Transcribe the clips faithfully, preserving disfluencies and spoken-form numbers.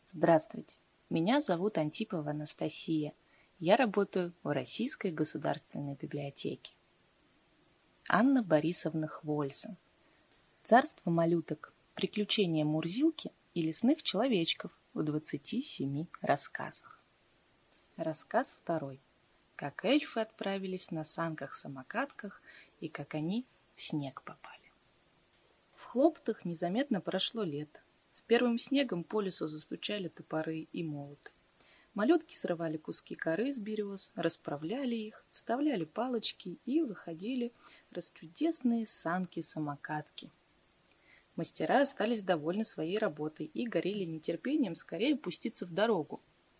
Здравствуйте, меня зовут Антипова Анастасия. Я работаю в Российской государственной библиотеке. Анна Борисовна Хвольсон. Царство малюток. Приключения Мурзилки и лесных человечков в двадцати семи рассказах. Рассказ второй. Как эльфы отправились на санках-самокатках и как они в снег попали. В Хлоптах незаметно прошло лето. С первым снегом по лесу застучали топоры и молоты. Малютки срывали куски коры с берез, расправляли их, вставляли палочки и выходили расчудесные санки-самокатки. Мастера остались довольны своей работой и горели нетерпением скорее пуститься в дорогу.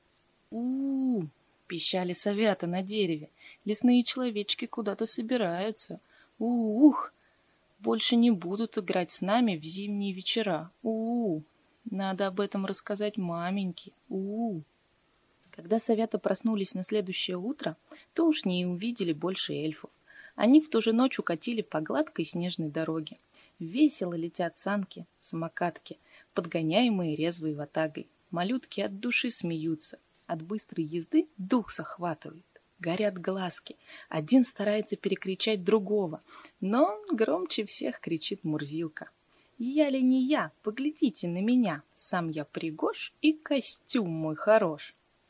«У-у-у!» — пищали совята на дереве. «Лесные человечки куда-то собираются. У-ух! Больше не будут играть с нами в зимние вечера. У-у-у! Надо об этом рассказать маменьке. У-у-у!» Когда совята проснулись на следующее утро, то уж не увидели больше эльфов. Они в ту же ночь укатили по гладкой снежной дороге. Весело летят санки, самокатки, подгоняемые резвой ватагой. Малютки от души смеются. От быстрой езды дух захватывает. Горят глазки. Один старается перекричать другого, но громче всех кричит Мурзилка. «Я ли не я? Поглядите на меня! Сам я пригож и костюм мой хорош!»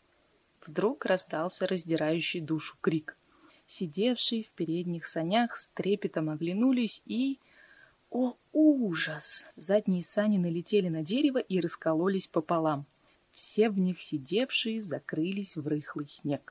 Вдруг раздался раздирающий душу крик. Сидевшие в передних санях с трепетом оглянулись и... О, ужас! Задние сани налетели на дерево и раскололись пополам. Все в них сидевшие закрылись в рыхлый снег.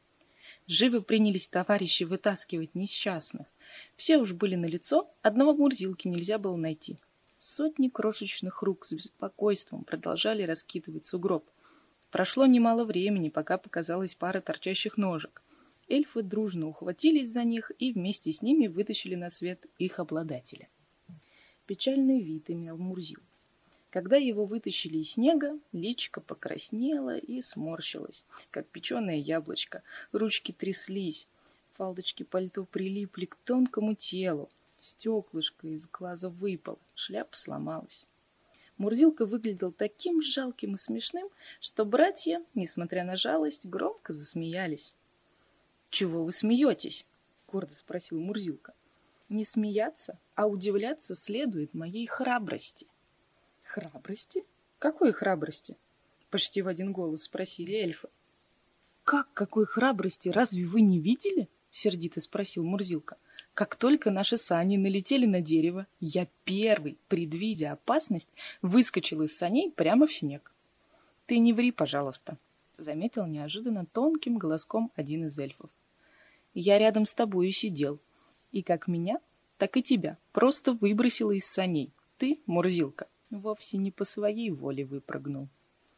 Живо принялись товарищи вытаскивать несчастных. Все уж были налицо, одного Мурзилки нельзя было найти. Сотни крошечных рук с беспокойством продолжали раскидывать сугроб. Прошло немало времени, пока показалась пара торчащих ножек. Эльфы дружно ухватились за них и вместе с ними вытащили на свет их обладателя. Печальный вид имел Мурзил. Когда его вытащили из снега, личико покраснело и сморщилось, как печеное яблочко. Ручки тряслись, фалдочки пальто прилипли к тонкому телу. Стеклышко из глаза выпало, шляпа сломалась. Мурзилка выглядел таким жалким и смешным, что братья, несмотря на жалость, громко засмеялись. «Чего вы смеетесь?» — гордо спросил Мурзилка. «Не смеяться, а удивляться следует моей храбрости». «Храбрости? Какой храбрости?» — почти в один голос спросили эльфы. «Как какой храбрости? Разве вы не видели?» — сердито спросил Мурзилка. «Как только наши сани налетели на дерево, я первый, предвидя опасность, выскочил из саней прямо в снег». «Ты не ври, пожалуйста», — заметил неожиданно тонким голоском один из эльфов. «Я рядом с тобою сидел, и как меня, так и тебя просто выбросило из саней. Ты, Мурзилка, вовсе не по своей воле выпрыгнул».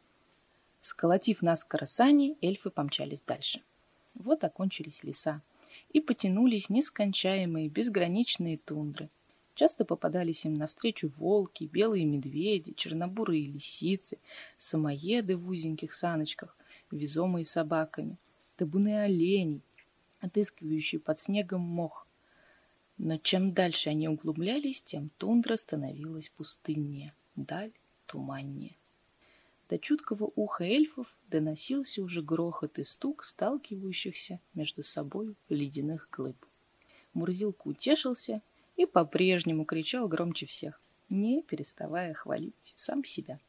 Сколотив наскоро сани, эльфы помчались дальше. Вот окончились леса, и потянулись нескончаемые безграничные тундры. Часто попадались им навстречу волки, белые медведи, чернобурые лисицы, самоеды в узеньких саночках, везомые собаками, табуны оленей, отыскивающие под снегом мох. Но чем дальше они углублялись, тем тундра становилась пустыннее, даль туманнее. До чуткого уха эльфов доносился уже грохот и стук сталкивающихся между собой ледяных глыб. Мурзилка утешился и по-прежнему кричал громче всех, не переставая хвалить сам себя.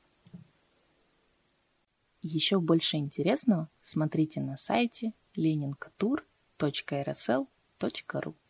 Еще больше интересного смотрите на сайте ленинкатур точка эр эс эл точка ру.